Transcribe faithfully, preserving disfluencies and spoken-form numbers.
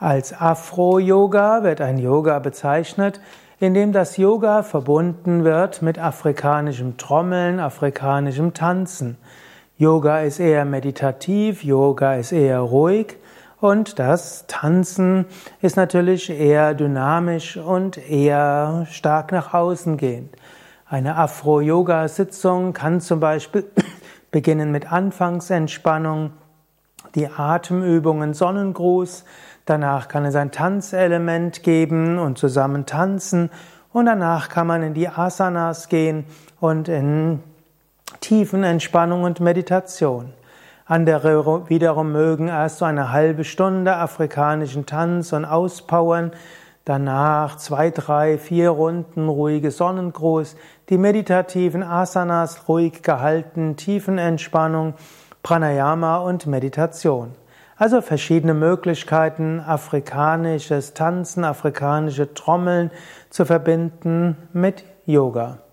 Als Afro-Yoga wird ein Yoga bezeichnet, in dem das Yoga verbunden wird mit afrikanischem Trommeln, afrikanischem Tanzen. Yoga ist eher meditativ, Yoga ist eher ruhig und das Tanzen ist natürlich eher dynamisch und eher stark nach außen gehend. Eine Afro-Yoga-Sitzung kann zum Beispiel beginnen mit Anfangsentspannung, die Atemübungen Sonnengruß, danach kann es ein Tanzelement geben und zusammen tanzen und danach kann man in die Asanas gehen und in tiefen Entspannung und Meditation. Andere wiederum mögen erst so eine halbe Stunde afrikanischen Tanz und auspowern, danach zwei, drei, vier Runden ruhige Sonnengruß, die meditativen Asanas ruhig gehalten, Tiefenentspannung, Pranayama und Meditation. Also verschiedene Möglichkeiten, afrikanisches Tanzen, afrikanische Trommeln zu verbinden mit Yoga.